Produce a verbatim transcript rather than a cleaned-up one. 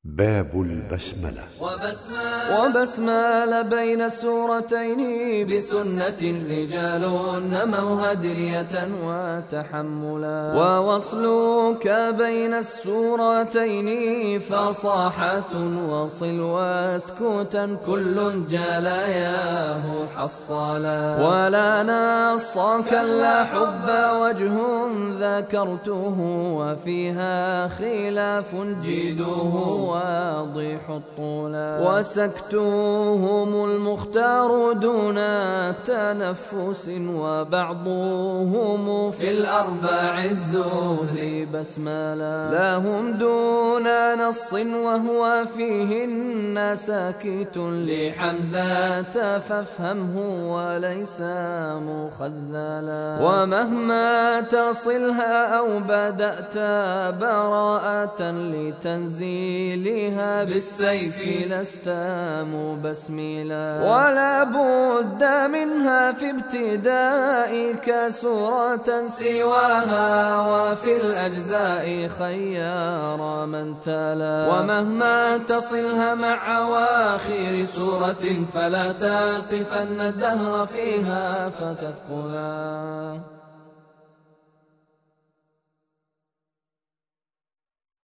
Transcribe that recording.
باب البسملة. وبسمال بين السورتين بسنة رجال نموا هدرية وتحملا، ووصلك بين السورتين فصاحة وصل واسكتا كل جلاياه حصلا، ولا نصاك لا حب وجه ذكرته وفيها خلاف جيده واضح الطولا، وسكتهم المختار دون تنفس وبعضهم في الأربع الزهر بسملا، لهم دون نص وهو فيهن ساكت لحمزة فافهمه وليس مخذلا، ومهما تصلها أو بدأت براءة لتنزيلها بالسيف لست مبسملا، ولا بد منها في ابتدائك سورة سواها وفي الأجزاء خيار من تلا، ومهما تصلها مع أواخر سورة فلا تقفن الدهر فيها فتثقلا.